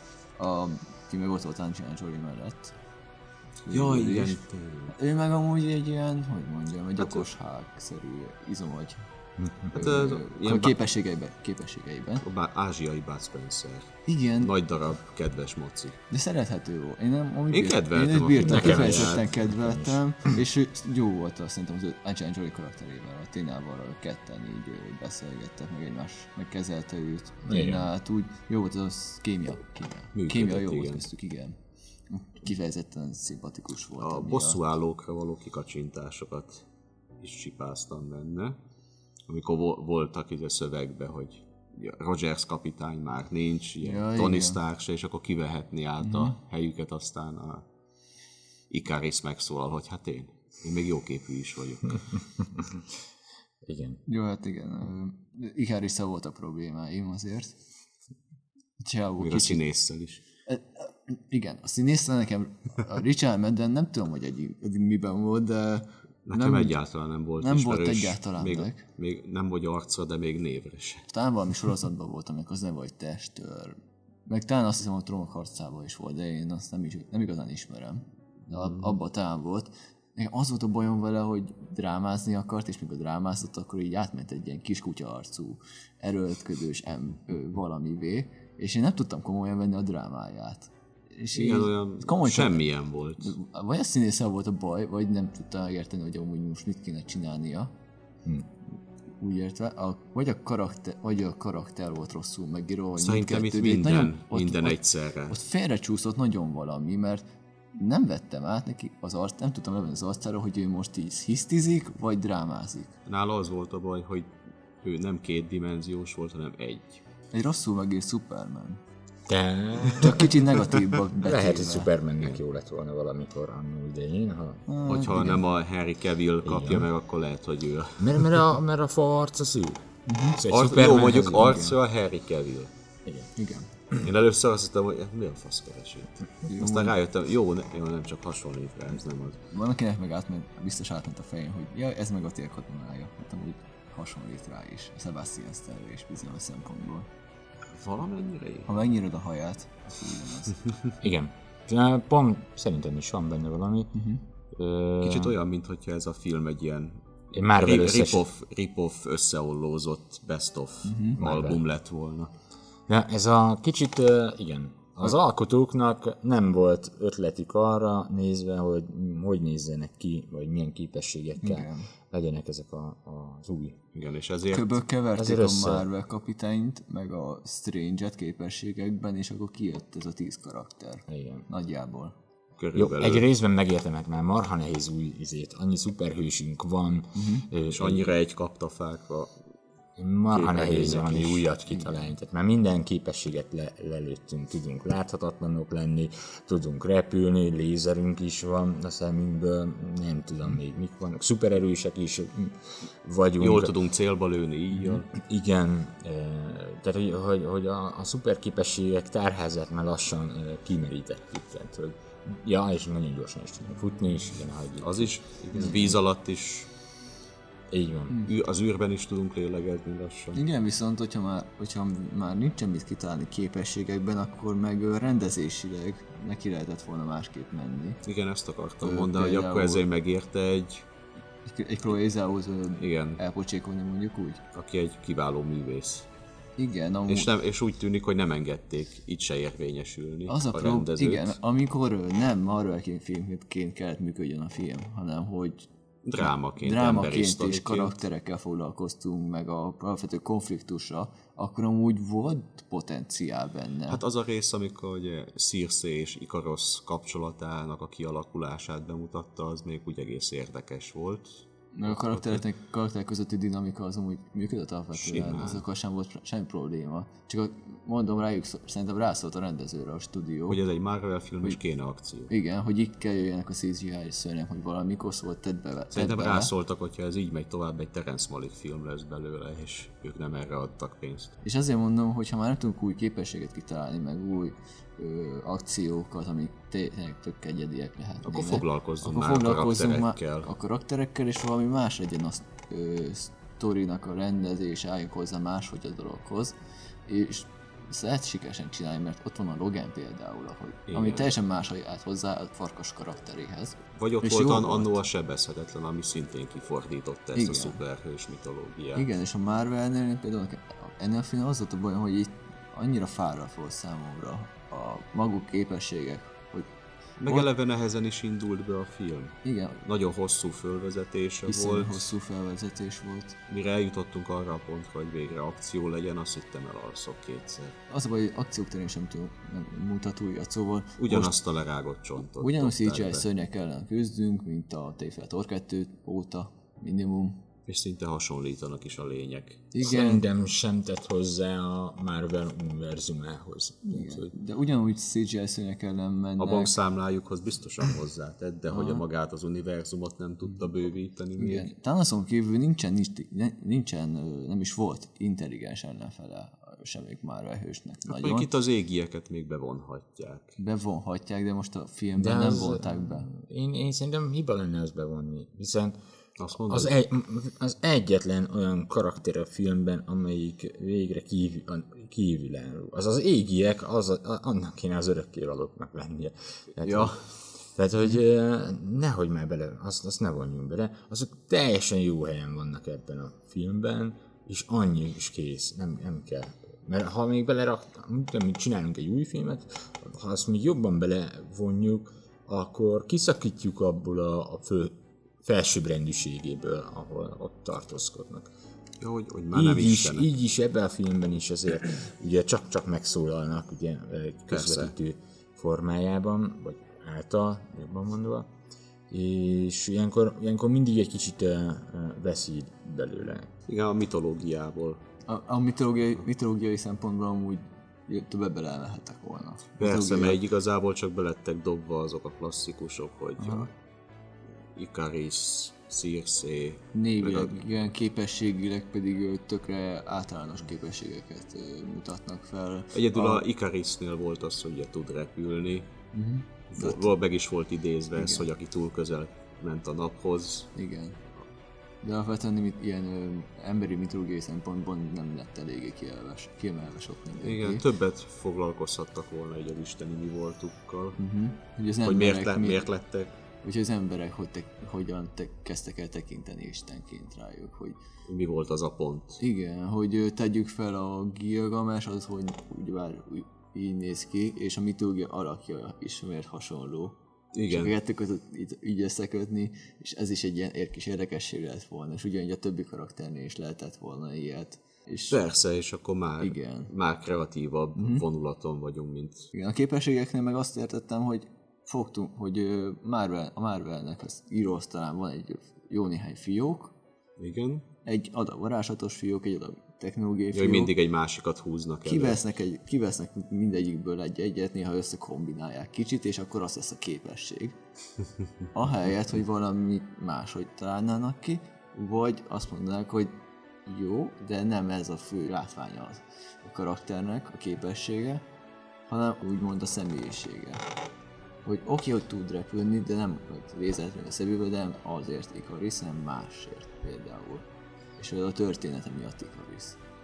Aki meg ott volt Angelina Jolie mellett. Ja, Végül igen. is. Ő meg amúgy egy ilyen, hogy mondjam, egy okos hágszerű izomagy. Hát ez ilyen Képességeiben. ázsiai Bud Spencer. Igen, Nagy darab, kedves moci. de szerethető volt. Én nem, amúgy Én kedveltem Én őt a bírtam, filmet. kifejezetten kedveltem, és ő jó volt azt szerintem az Angelina Jolie karakterével, a Ténával ketten így beszélgettek, meg egymás, meg kezelte őt. Ténát úgy, jó volt az kémia jó volt igen. köztük, igen. Kifejezetten szimpatikus volt. A emiatt. bosszúállókra való kikacsintásokat is csipáztam benne. Amikor voltak így a szövegbe, hogy Rogers kapitány már nincs, ilyen Ja, Tony igen. Stark se, és akkor kivehetni át a helyüket, aztán a Ikaris megszólal, hogy hát én még jóképű is vagyok. Igen. Jó, hát igen. Ikarissal volt a problémáim azért. Csávó Még a kicsit. színésszel is. Igen, a színésztel nekem a Richard Madden nem tudom, hogy eddig miben volt, de Nekem egyáltalán nem volt nem ismerős. volt egyáltalán még, meg. még nem vagy arcra, de még névre se. talán valami sorozatban volt, aminek az neve vagy Testőr. Meg talán azt hiszem, a Trónok harcában is volt, de én azt nem igazán ismerem. De abban talán volt. Nekem az volt a bajom vele, hogy drámázni akart, és mikor drámázott, akkor így átment egy ilyen kiskutya arcú, erőlködős valamivé, és én nem tudtam komolyan venni a drámáját. És Igen, olyan komolyan semmilyen volt. Vagy a színészel volt a baj, vagy nem tudta megérteni, hogy amúgy most mit kéne csinálnia. Úgy értve, vagy a karakter volt rosszul megírva, vagy Szerintem itt minden egyszerre. Ott félrecsúszott nagyon valami, mert nem vettem át neki az arc, nem tudtam levenni az arcára, hogy ő most így hisztizik, vagy drámázik. Nála az volt a baj, hogy ő nem kétdimenziós volt, hanem egy. Egy rosszul megírt Superman. De Csak kicsit negatívabb betéve. lehet, hogy Supermannek jó lett volna valamikor annó idején, Hogyha nem a Henry Cavill kapja meg, akkor lehet, hogy ő. Mert a fa arca szű. Jó, mondjuk arcra a Henry Cavill. Igen. Én először azt hittem, hogy mi a fasz keresik. Aztán rájöttem, jó, nem csak hasonlít rá, ez nem az. Van, akinek meg biztos átment a fején, hogy ja, ez meg a térkatonája. Hát amúgy hasonlít rá is. Sebastian Stanley is bizonyos szempontból. Valamennyire így. Ha megnyírod a haját, akkor ugyanaz. Igen. De pont szerintem is van benne valami. Kicsit olyan, mintha ez a film egy ilyen rip-off összeollózott best-of album lett volna. Ja, ez a kicsit, igen, az alkotóknak nem volt ötletük arra nézve, hogy nézzenek ki, vagy milyen képességekkel legyenek ezek az új. Igen, és ezért... Keverték a Marvel kapitányt, meg a Strange-et képességekben, és akkor kijött ez a 10 karakter. Igen. Nagyjából. Jó, egy részben megértem, mert már marha nehéz új annyi szuperhősünk van. És annyira egy kaptafákra. Marha nehéz valami újat kitalálni, tehát már minden képességet lelőttünk, tudunk láthatatlanok lenni, tudunk repülni, lézerünk is van a szemünkből, nem tudom még mik vannak, szupererősek is vagyunk. Jól tudunk célba lőni íjjal. Igen, tehát hogy a szuperképességek tárházát már lassan kimerítettük, tehát hogy és nagyon gyorsan is tudunk futni is. Igen, az is, igen, víz alatt is. Így van. Az űrben is tudunk lélegezni lassan. Igen, viszont hogyha már nincsen mit kitalálni képességekben, akkor meg rendezésileg neki lehetett volna másképp menni. Igen, ezt akartam mondani, hogy akkor ezért megérte egy Chloe Zhaót elpocsékolni, mondjuk úgy. Aki egy kiváló művész. Igen, amúgy... és úgy tűnik, hogy nem engedték itt se érvényesülni az a rendezőt. Igen, amikor nem Marvel filmként kellett működjön a film, hanem hogy drámaként és karakterekkel foglalkoztunk, meg a alapvető konfliktusra, akkor amúgy volt potenciál benne. Hát az a rész, amikor ugye Circe és Ikarosz kapcsolatának a kialakulását bemutatta, az még úgy egész érdekes volt. Meg a karakterek közötti dinamika az amúgy működött alapvetően, azokkal sem volt semmi probléma. Csak mondom rájuk, szerintem rászólt a rendezőre a stúdió. Hogy ez egy Marvel film, és kéne akció. Igen, hogy itt kell jöjjenek a CGI szörnyek, hogy valamikor szóval tedd bele. Szerintem rászóltak, hogyha ez így megy tovább, egy Terence Malick film lesz belőle, és ők nem erre adtak pénzt. És azért mondom, hogy ha már nem tudunk új képességet kitalálni, meg új akciókat, amik tényleg tök egyediek lehetnek. Akkor foglalkozzunk már a karakterekkel, és valami más legyen a sztorinak a rendezés, álljunk hozzá máshogy a dologhoz. És ezt lehet sikeresen csinálni, mert ott van a Logan például, ami teljesen máshogy állt hozzá a farkas karakteréhez. Vagy ott volt annó a Sebezhetetlen, ami szintén kifordította ezt a szuperhős mitológiát. Igen, és a Marvelnél például ennél a film az volt a baj, hogy itt annyira fáradt volt számomra a maguk képességek, hogy... Meg eleve nehezen is indult be a film. Igen. Nagyon hosszú fölvezetése volt. Hosszú felvezetés volt. Mire eljutottunk arra a pontra, hogy végre akció legyen, azt hittem elalszok kétszer. Az a baj, hogy akciók terén sem mutat újat, szóval... Ugyanazt a lerágott csontot. Ugyanúgy CGI szörnyek ellen küzdünk, mint a Téfel Thor 2 óta, minimum. És szinte hasonlítanak is a lények. Igen. Szerintem sem tett hozzá a Marvel univerzumához. Igen. De ugyanúgy CGI szörnyek ellen mennek. A bankszámlájukhoz biztosan hozzátett, de hogy a magát az univerzumot nem tudta bővíteni. Igen. Thaноson kívül nincsen, nem is volt intelligens ellenfele semmelyik Marvel hősnek. Nagyon. Itt az égieket még bevonhatják. Bevonhatják, de most a filmben nem volták be. Én szerintem hiba lenne azt bevonni, hiszen az egyetlen olyan karakter a filmben, amelyik végre kívülálló. Az égiek, annak kéne az örökkévalóknak lennie. Tehát, hogy nehogy már bele, azt ne vonjunk bele. Azok teljesen jó helyen vannak ebben a filmben, és annyi is kész, nem kell Mert ha még csinálunk egy új filmet, ha azt még jobban belevonjuk, akkor kiszakítjuk abból a felsőbbrendűségéből, ahol ott tartózkodnak. Ja, hogy már nem istenek. Így is ebben a filmben is azért ugye csak megszólalnak ugye, közvetítő formájában, vagy által, jobban mondva, és ilyenkor mindig egy kicsit veszít belőle. Igen, a mitológiából. A mitológiai szempontból amúgy többet belemelhettek volna. Persze, mert igazából csak belettek dobva azok a klasszikusok, hogy Ikaris, Circe... Névileg, igen, képességileg pedig tökre általános képességeket mutatnak fel. Egyedül a Ikarisnél volt az, hogy ugye tud repülni. Meg is volt idézve ez, hogy aki túl közel ment a naphoz. Igen. De alapvetően ilyen emberi mitológiai szempontból nem lett eléggé kiemelve sok mindenki. Igen, többet foglalkozhattak volna így az isteni mi voltukkal. Hogy miért lettek. Úgyhogy az emberek hogyan kezdtek el tekinteni istenként rájuk, hogy... Mi volt az a pont? Igen, hogy tegyük fel a Gilgamesh, az, hogy ugyebár így néz ki, és a mitológia alakja is miért hasonló. Igen. És a kettő között így összekötni, és ez is egy ilyen kis érdekesség lett volna, és ugyanígy a többi karakternél is lehetett volna ilyet. És persze, és akkor már kreatívabb vonulaton vagyunk, mint... Igen, a képességeknél meg azt értettem, hogy hogy a Marvelnek az íróasztalán van egy jó néhány fiók. Igen. Egy adag varázslatos fiók, egy adag technológiai fiók. Mindig egy másikat húznak elő. Kivesznek mindegyikből egy-egyet, néha összekombinálják kicsit, és akkor az lesz a képesség. Ahelyett, hogy valami máshogy találnának ki, vagy azt mondanák, hogy jó, de nem ez a fő látványa a karakternek, a képessége, hanem úgymond a személyisége. Hogy oké, hogy tud repülni, de nem véletlenül a szeméből, de nem azért Ikaris, hanem másért például. És a története miatt Ikaris.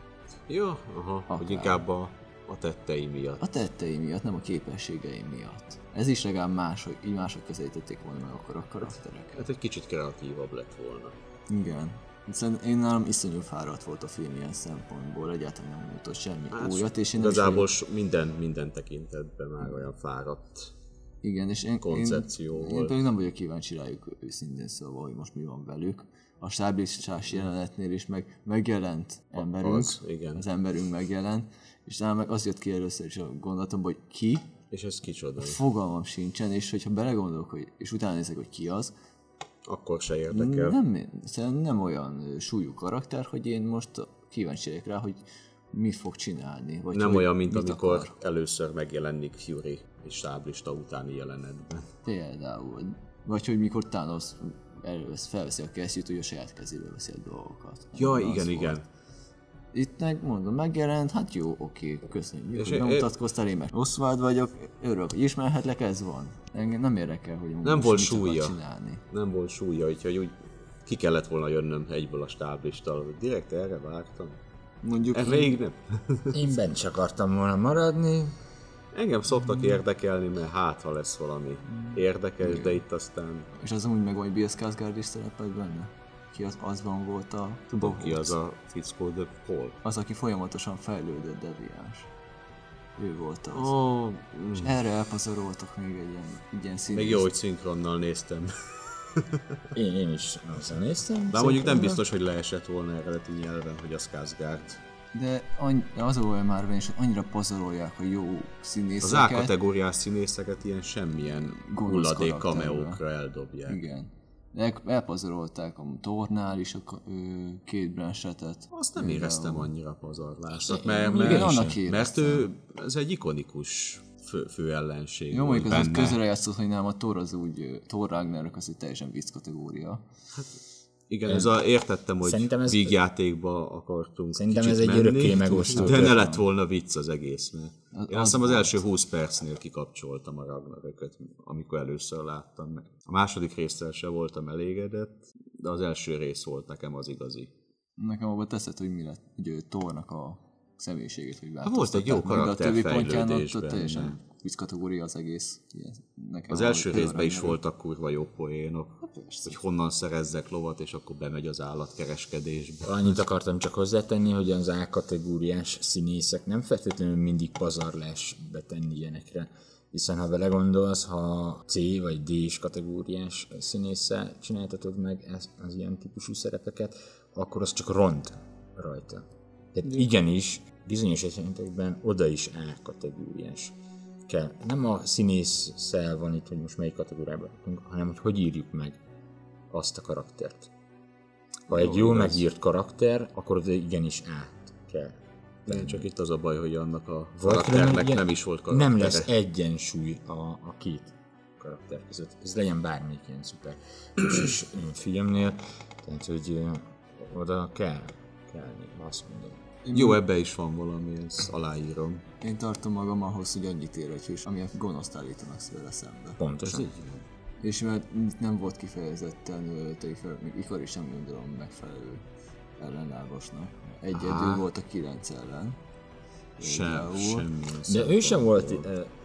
Jó, hogy inkább a tettei miatt. A tettei miatt, nem a képességei miatt. Ez is legalább máshogy közelítették volna meg akkor a karaktereket. Hát egy kicsit kreatívabb lett volna. Igen. Hiszen én nálam iszonyú fáradt volt a film ilyen szempontból, egyáltalán nem mutat semmi újat. És igazából minden tekintetben már olyan fáradt. Igen, és én koncepcióval. Én pedig nem vagyok kíváncsi rájuk őszintén szóval, hogy most mi van velük. A stáblistás jelenetnél is megjelent emberünk, az emberünk megjelent, és talán meg az jött ki először is a gondolatom, hogy ki. És ez kicsoda. Fogalmam sincsen, és hogyha belegondolok, és utána nézek, hogy ki az, akkor se érdekel. Nem olyan súlyú karakter, hogy én most kíváncsi vagyok rá, hogy mit fog csinálni. Vagy nem olyan, mint amikor először megjelenik Fury és stáblista utáni jelenetben. Például. Vagy hogy mikor Thanos felveszi a kesztyűt, hogy a saját kezébe veszi a dolgokat. Ja, igen. Itt megjelent, hát jó, oké, köszönjük, hogy bemutatkoztál, én meg Oswald vagyok, örülök, hogy ismerhetlek, ez van. Engem nem érdekel, hogy nem volt súlya. Csinálni. Nem volt súlya, úgyhogy úgy ki kellett volna jönnöm egyből a stáblista, direkt erre vágtam. Mondjuk nem. Én bent is akartam volna maradni. Engem szoktak érdekelni, mert hát ha lesz valami érdekes, de itt aztán... És az úgy meg, hogy Bill Skarsgård is szerepelt benne? Ki azban volt a... Tudom ki az a fickó, de hol? Az, aki folyamatosan fejlődött deviáns. Ő volt az. És erre elpazaroltak még egy ilyen színész. Még jó, hogy szinkronnal néztem. Én is azzal néztem. De mondjuk nem biztos, hogy leesett volna eredeti nyelven, hogy a Skarsgård. De az a baj már is, hogy annyira pazarolják a jó színészeket. Az A-kategóriás színészeket ilyen semmilyen hulladék kameókra eldobják. Igen. De elpazarolták a Thornál is a Kate Blanchettet. Azt nem éreztem annyira pazarlásnak, mert ő ez egy ikonikus fő ellenség. Jó, mondjuk az közre játszott, hogy nem a Thor az úgy, Thor Ragnarök az egy teljesen vicc kategória. Hát, igen, értettem, hogy vígjátékba akartunk szerintem ez egy örökké megosztó. De ne lett volna vicc az egész, mert én azt hiszem az első 20 percnél kikapcsoltam a Ragnarököt, amikor először láttam meg. A második résszel se voltam elégedett, de az első rész volt nekem az igazi. Nekem abban teszed, hogy mi lett ugye Thornak a személyiségét, hogy volt egy jó karakterfejlődésben. Teljesen kategória az egész. Az első részben is voltak kurva jó poénok, hogy honnan szerezzek lovat, és akkor bemegy az állatkereskedésbe. Annyit akartam csak hozzátenni, hogy az A-kategóriás színészek nem feltétlenül mindig pazarlás betenni ilyenekre. Hiszen ha vele gondolsz, ha C vagy D-s kategóriás színésszel csináltatod meg az ilyen típusú szerepeket, akkor az csak ront rajta. Tehát igenis, bizonyos esetekben oda is A kategóriás kell. Nem a színésszel van itt, hogy most melyik kategóriában lakunk, hanem hogy írjuk meg azt a karaktert. Ha egy jó megírt karakter, akkor oda igenis át kell. De csak itt az a baj, hogy annak a karakternek nem is volt karaktere. Nem lesz egyensúly a két karakter között. Ez legyen bármelyik ilyen szuper és filmnél. Tehát, hogy oda kell azt mondom. Jó, ebbe is van valami, ezt aláírom. Én tartom magam ahhoz, hogy annyit ér egy hős, ami gonoszt állítanak vele szembe. Pontosan. És mert nem volt kifejezetten, még ikor is nem gondolom megfelelő ellenlábasnak. Egyedül volt a 9 ellen. Semmi. De ő sem volt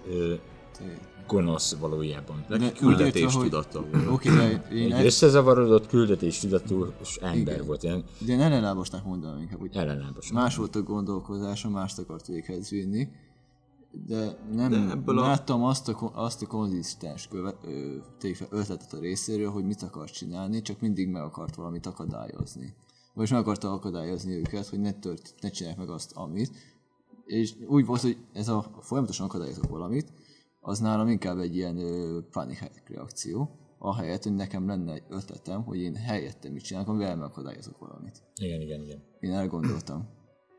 gonosz valójában. Neki küldetéstudata volt. Egy összezavarodott küldetéstudatús ember volt. De én ellenlábasnak mondanám inkább, hogy ellenlábas. Más volt a gondolkodása, mást akart véghez vinni. De nem láttam azt a konzisztens ötletet a részéről, hogy mit akart csinálni, csak mindig meg akart valamit akadályozni. Vagyis meg akarta akadályozni őket, hogy ne csinálják meg azt, amit. És úgy volt, hogy ez a folyamatosan akadályozok valamit, az nálam inkább egy ilyen panic reakció, ahelyett, hogy nekem lenne egy ötletem, hogy én helyette mit csinálok, amivel megakadályozok valamit. Igen. Én elgondoltam.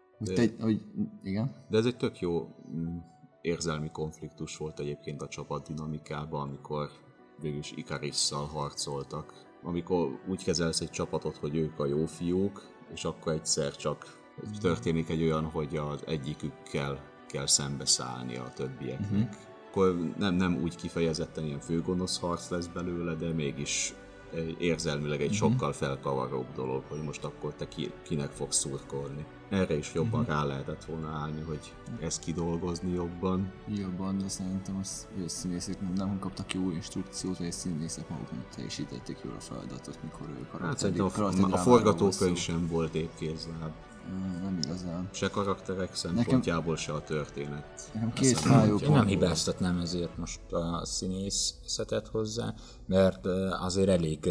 Igen? De ez egy tök jó érzelmi konfliktus volt egyébként a csapat dinamikában, amikor végülis Ikarisszal harcoltak. Amikor úgy kezelsz egy csapatot, hogy ők a jó fiúk, és akkor egyszer csak történik egy olyan, hogy az egyikükkel kell szembeszállni a többieknek. Akkor nem úgy kifejezetten ilyen főgonosz harc lesz belőle, de mégis érzelmileg egy sokkal felkavaróbb dolog, hogy most akkor te kinek fogsz szurkolni. Erre is jobban rá lehetett volna állni, hogy ezt kidolgozni jobban. Jobban, de szerintem a színészek nem kaptak jó instrukciót, vagy a színészek maguk nem teljesítették jól a feladatot, mikor ők Hát szerintem a forgatókönyv sem volt épkézláb. Nem igazán. Se karakterek szempontjából, se a történet. Nekem két fájó. Én nem hibáztatnám ezért most a színészetet hozzá, mert azért elég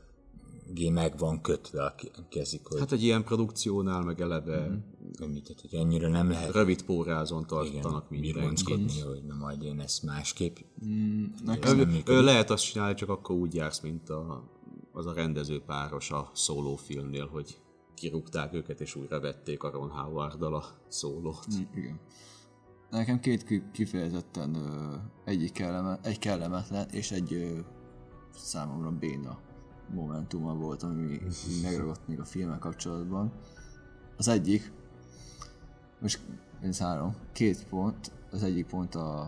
meg van kötve a kezük, hogy... Hát egy ilyen produkciónál meg eleve tehát, hogy ennyire nem lehet... Rövid pórázon tartanak mindenkit. hogy na majd én ezt másképp... Ő lehet azt csinálni, csak akkor úgy jársz, mint az a rendezőpáros a szólófilmnél, hogy kirúgták őket, és újra vették a Ron Howard-dal a szólót. Igen. Nekem két kifejezetten egy kellemetlen és egy számomra béna momentuma volt, ami megragadt még a filmmel kapcsolatban. Az egyik, most én szárom, 2 pont, az egyik pont a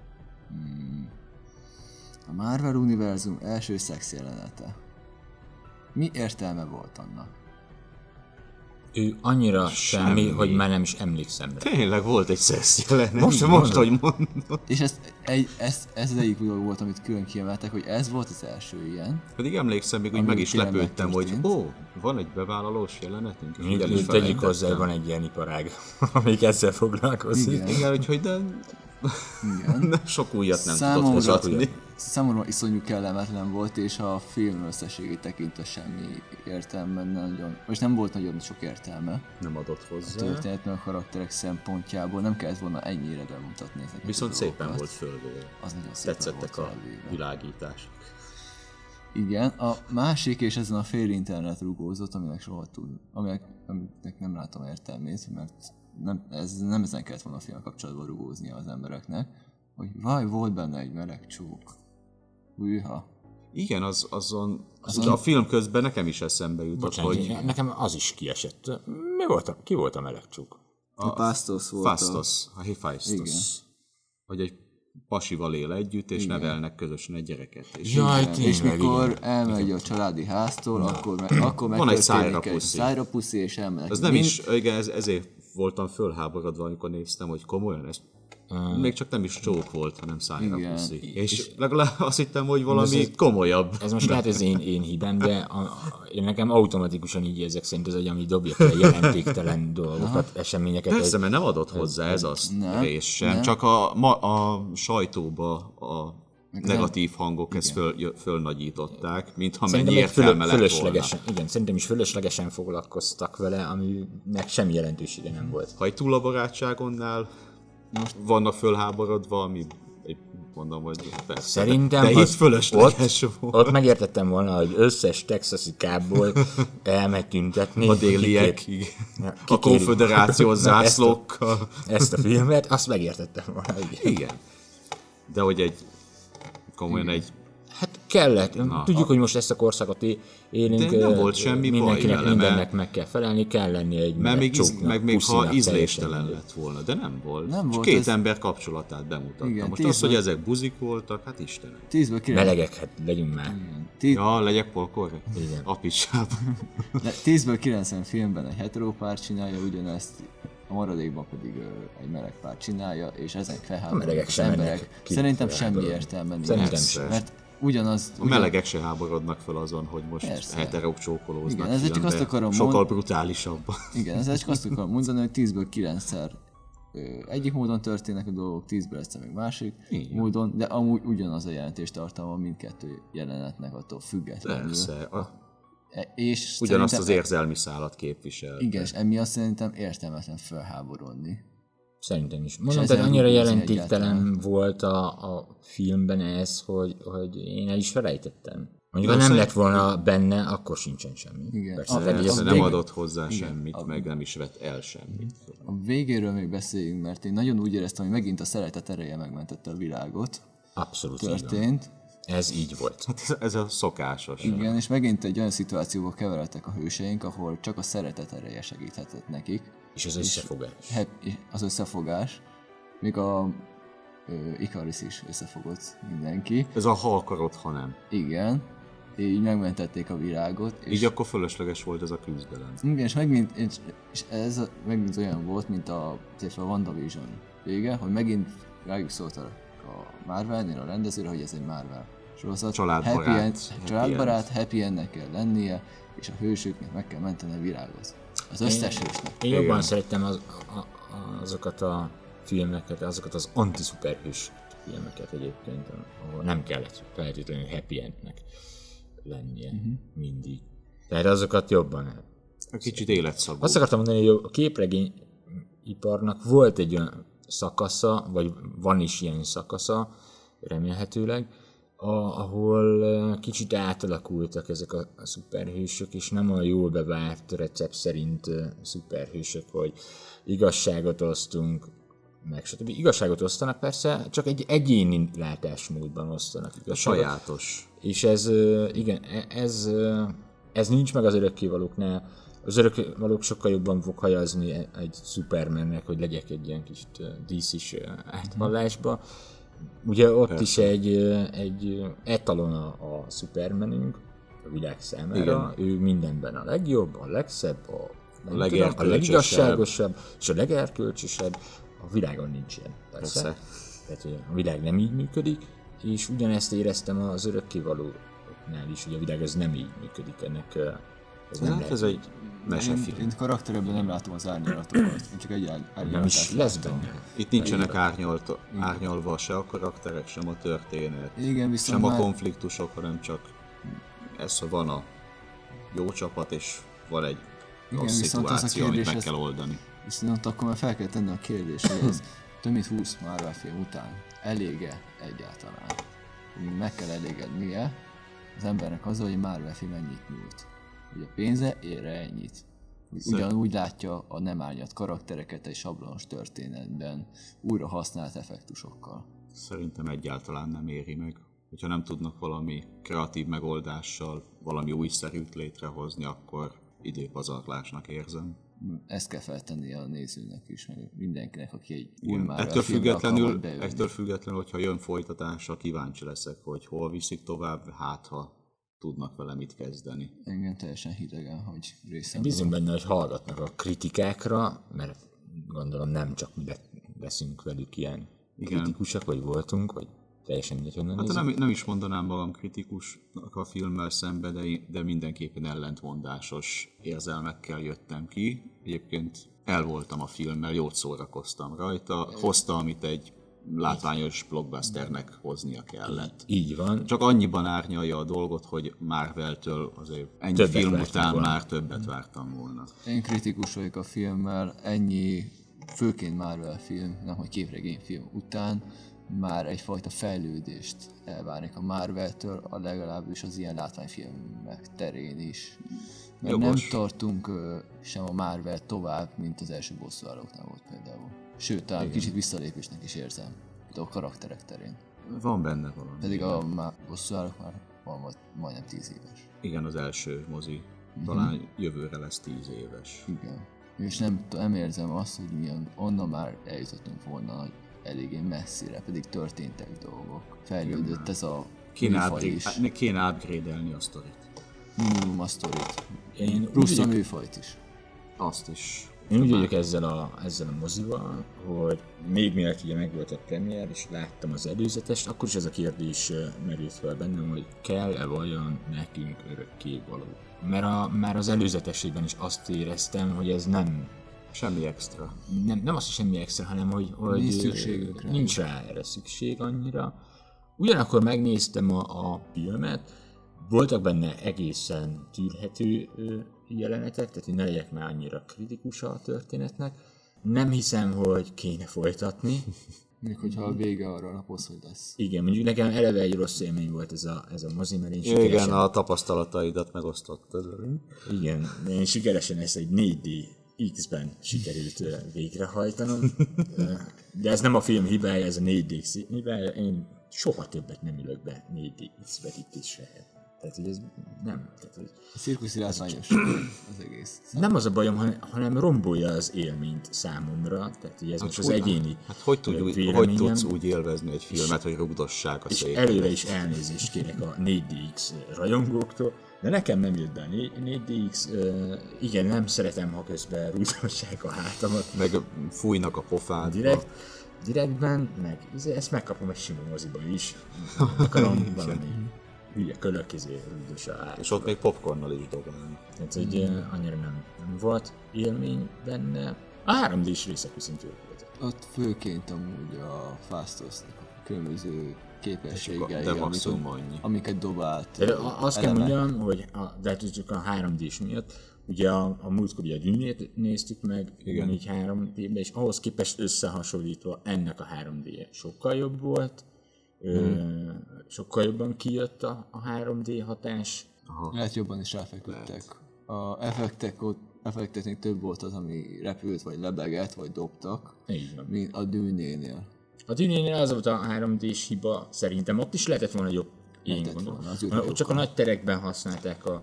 Marvel univerzum első szex jelenete. Mi értelme volt annak? Ő annyira semmi, hogy már nem is emlékszem rá. Tényleg volt egy szex jelenet. Most hogy mondod. És ez az egyik dolog volt, amit külön kiemeltek, hogy ez volt az első ilyen. Pedig emlékszem, még úgy meg is lepődtem, hogy van egy bevállalós jelenetünk. És tegyük hozzá, hogy van egy ilyen iparág, amelyik ezzel foglalkozik. Igen, úgyhogy de sok újat nem tudott hozatni. Számomra iszonyú kellemetlen volt, és a film összességét tekintve semmi értelme nagyon... Most nem volt nagyon sok értelme. Nem adott hozzá. A történetben a karakterek szempontjából nem kellett volna ennyire bemutatni. Viszont szépen volt fölvéve. Az nagyon szépen tetszettek volt a világítások. Igen, a másik, és ezen a fél internet rugózott, aminek nem látom értelmét, mert nem ezen kellett volna a film kapcsolatban rugóznia az embereknek, hogy volt benne egy meleg csók. Hűha. Igen, azon a film közben nekem is eszembe jutott, bocsánat, hogy... Nekem az is kiesett. Ki volt a meleg csók? A Fastos volt. A Hephaestus. Hogy egy pasival él együtt, és nevelnek közösen egy gyereket. És mikor elmegy a családi háztól, akkor van egy Szájra Puszi, és elmenek. Ez nem is, igen, ezért voltam fölháborodva, amikor néztem, hogy komolyan ez még csak nem is csók volt, hanem szájra puszi. És legalább azt hittem, hogy valami komolyabb. Ez most lehet az én hibám, de én nekem automatikusan így érzek szerint az agyam, ami dobja ki a jelentéktelen dolgokat, eseményeket. Persze, mert nem adott hozzá ez az rész sem, csak a sajtóba a negatív hangok ezt fölnagyították, mintha mennyi értelme lett volna. Igen, szerintem is fölöslegesen foglalkoztak vele, aminek semmi jelentősége nem volt. Ha egy túl a barátságonnál vannak fölháborodva, ami mondom, hogy persze. Szerintem de itt fölösleges volt. Ott megértettem volna, hogy összes texasi kából elmegy tüntetni. A déliek, a konföderáció zászlókkal. Ezt a filmet, azt megértettem volna. Igen. De hogy komolyan egy... Hát kellett. Tudjuk, hogy most ezt a korszakot élünk. De nem volt semmi mindenkinek baj vele, mindennek meg kell felelni, kell lenni egy meg még ha ízléstelen lett volna, de nem volt. Nem volt, két ember kapcsolatát bemutatta. Igen, most az, hogy ezek buzik voltak, hát Istenem. 10-ből 9. Melegek, hát legyünk már. Ja, legyek polkorrekt? Igen. Apicsában. 10-ből 90 filmben egy heterópár csinálja ugyanezt, a maradékban pedig egy meleg pár csinálja, és ezek felháborodnak az emberek. Szerintem semmi értelme nincs. Mert ugyanaz... A melegek se háborodnak fel azon, hogy most heterók csókolóznak. Igen, ezzel csak azt akarom sokkal brutálisabb. Igen, ezzel csak azt akarom mondani, hogy 10-ből 9-szer egyik módon történnek a dolgok, 10-ből egyszer meg másik módon, de amúgy ugyanaz a jelentés tartalma mindkettő jelenetnek attól függetlenül. Persze. És ugyanazt az érzelmi szálat képvisel. Igen, és emiatt szerintem értelmetlen felháborodni. Szerintem is. Mondom, tehát annyira jelentéktelen volt a filmben ez, hogy én el is felejtettem. Mondjuk, ha nem lett volna benne, akkor sincsen semmi. Igen. Persze, nem adott hozzá semmit, meg nem is vett el semmit. A végéről még beszéljünk, mert én nagyon úgy éreztem, hogy megint a szeretet ereje megmentette a világot. Abszolút történt. Ez így volt. Hát ez a szokásos. Igen, és megint egy olyan szituációba keveredtek a hőseink, ahol csak a szeretet ereje segíthetett nekik. És az összefogás. Az összefogás. Még a Ikaris is összefogott mindenki. Ez a ha akarod, ha nem. Igen. Így megmentették a világot. Így akkor fölösleges volt ez a küzdelem. Igen, és ez megint olyan volt, mint a WandaVision vége, hogy rájuk szólt a Marvelnél a rendezőre, hogy ez egy Marvel sorozat. Családbarát, happy endnek kell lennie, és a hősöknek meg kell menteni a világot. Az összes hősnek. Én jobban szerettem azokat a filmeket, azokat az anti-szuperhős filmeket egyébként, ahol nem kellett feltétlenül happy endnek lennie mindig. Tehát azokat jobban. Kicsit életszagú. Azt akartam mondani, hogy a képregényiparnak volt egy olyan szakasza, vagy van is ilyen szakasza, remélhetőleg, ahol kicsit átalakultak ezek a szuperhősök, és nem olyan jól bevált recept szerint szuperhősök, hogy igazságot osztunk, meg stb. Igazságot osztanak persze, csak egy egyéni látásmódban osztanak igazságot. Sajátos. És ez nincs meg az örökkévalóknál. Az örökkévalók sokkal jobban fog hajazni egy Supermannek, hogy legyek egy ilyen kis DC-s átvallásba. Ugye ott persze. Is egy etalon a Supermanünk a világ számára. Igen. Ő mindenben a legjobb, a legszebb, a legigazságosabb, és a legerkölcsösebb. A világon nincs ilyen. Persze. Tehát a világ nem így működik, és ugyanezt éreztem az örökkévalóknál is, hogy a világ az nem így működik, ennek ez nem lehet. Ez egy mesefilm. Én karakterebben nem látom az árnyalatokat, én csak egy árnyalatot. Nem is lesz benne. Itt nincsenek árnyalva se a karakterek, sem a történet, igen, sem a konfliktusok, hanem csak ez, hogy van a jó csapat, és van egy rossz szituáció, amit meg kell oldani. Viszont akkor már fel kell tenni a kérdést, hogy ez több mint 20 Marvel film után elég-e egyáltalán? Meg kell elégednie az embernek azzal, hogy Marvel film ennyit nyújt. Hogy a pénze érre ennyit. Ugyanúgy látja a nem árnyalt karaktereket egy sablonos történetben, újra használt effektusokkal. Szerintem egyáltalán nem éri meg. Hogyha nem tudnak valami kreatív megoldással valami újszerűt létrehozni, akkor időpazarlásnak érzem. Ezt kell feltenni a nézőnek is, meg mindenkinek, aki egy új Marvel ettől függetlenül, hogyha jön folytatása, kíváncsi leszek, hogy hol viszik tovább, hát ha tudnak vele mit kezdeni. Engem teljesen hidegen, hogy részemben. Bízunk benne, hogy hallgatnak a kritikákra, mert gondolom nem csak mi leszünk velük ilyen kritikusak, vagy voltunk, vagy teljesen mindegy, honnan Hát nézzük. nem is mondanám magam kritikusnak a filmmel szembe, de mindenképpen ellentmondásos érzelmekkel jöttem ki. Egyébként el voltam a filmmel, jót szórakoztam rajta, hozta, amit egy látványos blockbusternek hoznia kellett. Így van. Csak annyiban árnyalja a dolgot, hogy Marvel-től azért ennyi Többet film vártam után volna. már többet vártam volna. Én kritikus vagyok a filmmel, ennyi, főként Marvel film, nem hogy képregényfilm után, már egyfajta fejlődést elvárnék a Marvel-től, a legalábbis az ilyen látványfilmek terén is. Mert Jogos. nem tartunk sem a Marvel tovább, mint az első bosszúállóknál volt például. Sőt, talán kicsit visszalépésnek is érzem, a karakterek terén. Van benne valami. Pedig a bosszúállók már van majdnem 10 éves. Igen, az első mozi. Talán jövőre lesz 10 éves. Igen. És nem érzem azt, hogy onnan már eljutottunk volna eléggé messzire, pedig történtek dolgok. Fejlődött ez a műfaj is. Kéne upgrade-elni a sztorit. Minimum a sztorit. Én Plusz úgy a műfajt is. Azt is. Én úgy vagyok ezzel a mozival, hogy még mielőtt ugye megvolt a premier, és láttam az előzetest, akkor is ez a kérdés merült fel bennem, hogy kell-e vajon nekünk örökkévaló. Mert már az előzetesében is azt éreztem, hogy ez nem Semmi extra. az, hogy semmi extra, hanem hogy Nincs szükségük rá. nincs rá erre szükség annyira. Ugyanakkor megnéztem a filmet, voltak benne egészen tűrhető jelenetek, tehát hogy ne legyek már annyira kritikus a történetnek. Nem hiszem, hogy kéne folytatni. Még hogyha a vége arra alapoz, hogy lesz. Igen, mondjuk nekem eleve egy rossz élmény volt ez a mozi, mert én Igen, sikeresen, a tapasztalataidat megosztottad. én sikeresen ezt egy 4D X-ben sikerült végrehajtanom. De ez nem a film hibája, ez a 4D hibája. Én soha többet nem ülök be 4D X-vetítésre. Tehát, hogy ez nem. Tehát, hogy A cirkuszi látványos az egész. nem az a bajom, hanem rombolja az élményt számomra. Tehát, hogy ez most az egyéni Hát hogy véleményem. tudsz úgy élvezni egy filmet, hogy rugdossák a És széket? előre is elnézést kérek a 4DX rajongóktól, de nekem nem jött be a 4DX. Igen, nem szeretem, ha közben rúgdossák a hátamat. Meg fújnak a pofádba. Direktben, meg ezt megkapom egy sima moziba is. Akarom valami hülye kölökkezé rúgdos a hátamat. És ott még popcornnal is dobálnak. Tehát, hogy annyira nem volt élmény benne. A 3D-s részek viszont jók voltak. Ott főként amúgy a Fastosnak a különböző képességei, De maximum annyi. amiket dobált. De azt kell elemek. mondjam, hogy de hát csak a 3D-s miatt, ugye a múltkor ugye a Dűnét néztük meg, Igen. így 3D-ben, és ahhoz képest összehasonlítva ennek a 3D-je sokkal jobb volt, sokkal jobban kijött a 3D hatás. Lehet jobban is ráfeküdtek. A effekteknél több volt az, ami repült, vagy lebegett, vagy dobtak, Így van. mint a Dűnénél. A Dűnénél az volt a 3D-s hiba, szerintem ott is lehetett volna jobb, én Lehetett gondolom. volna, az úgy Ott csak a sokkal. nagy terekben használták a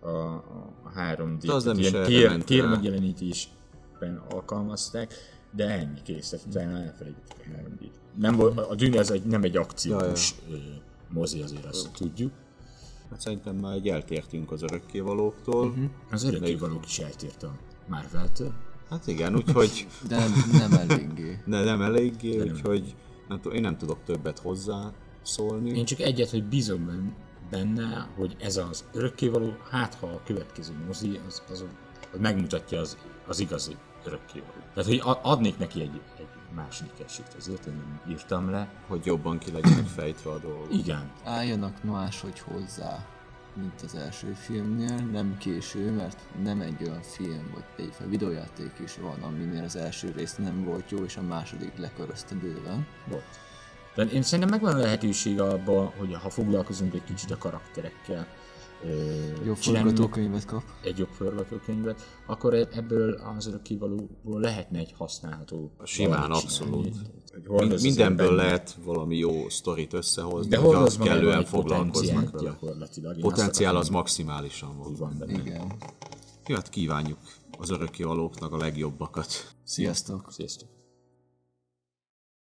3D-t. De az nem tehát is ilyen erre ment rá. térmegjelenítésben alkalmazták, de ennyi kész, tehát utána elfelejtettük a 3D-t. Nem volt, a Dűne az nem egy akciós mozi, azért azt tudjuk. Hát szerintem már egy eltértünk az örökkévalóktól. Az örökkévalók is eltért a Marvel-től. Hát igen, úgyhogy De nem eléggé. nem eléggé, úgyhogy én nem tudok többet hozzá szólni. Én csak egyet, hogy bízom benne, hogy ez az örökkévaló, hát ha a következő mozi, az megmutatja az igazi örökkévaló. Tehát, hogy adnék neki egy második esélyt, azért én nem írtam le. Hogy jobban ki legyenek fejtve a dolgok. Igen. Álljanak máshogy hozzá, mint az első filmnél, nem késő, mert nem egy olyan film, vagy egy videójáték is van, aminél az első rész nem volt jó, és a második lekörözte bőven. Volt. De én szerintem megvan a lehetőség abban, hogy ha foglalkozunk egy kicsit a karakterekkel, Jó csinálni forgatókönyvet kap. egy jobb forgatókönyvet, akkor ebből az örökkévalóból lehetne egy használható Simán, valamit abszolút. csinálni. Hogy hordoz Mindenből az emberben. lehet valami jó sztorit összehozni, De hogyha hordoz magában kellően egy foglalkoznak potenciált vele. gyakorlatilag. Én Potenciál azt az akarom, maximálisan hogy van. van benne. Igen. Jó, hát kívánjuk az örökkévalóknak a legjobbakat. Sziasztok! Sziasztok!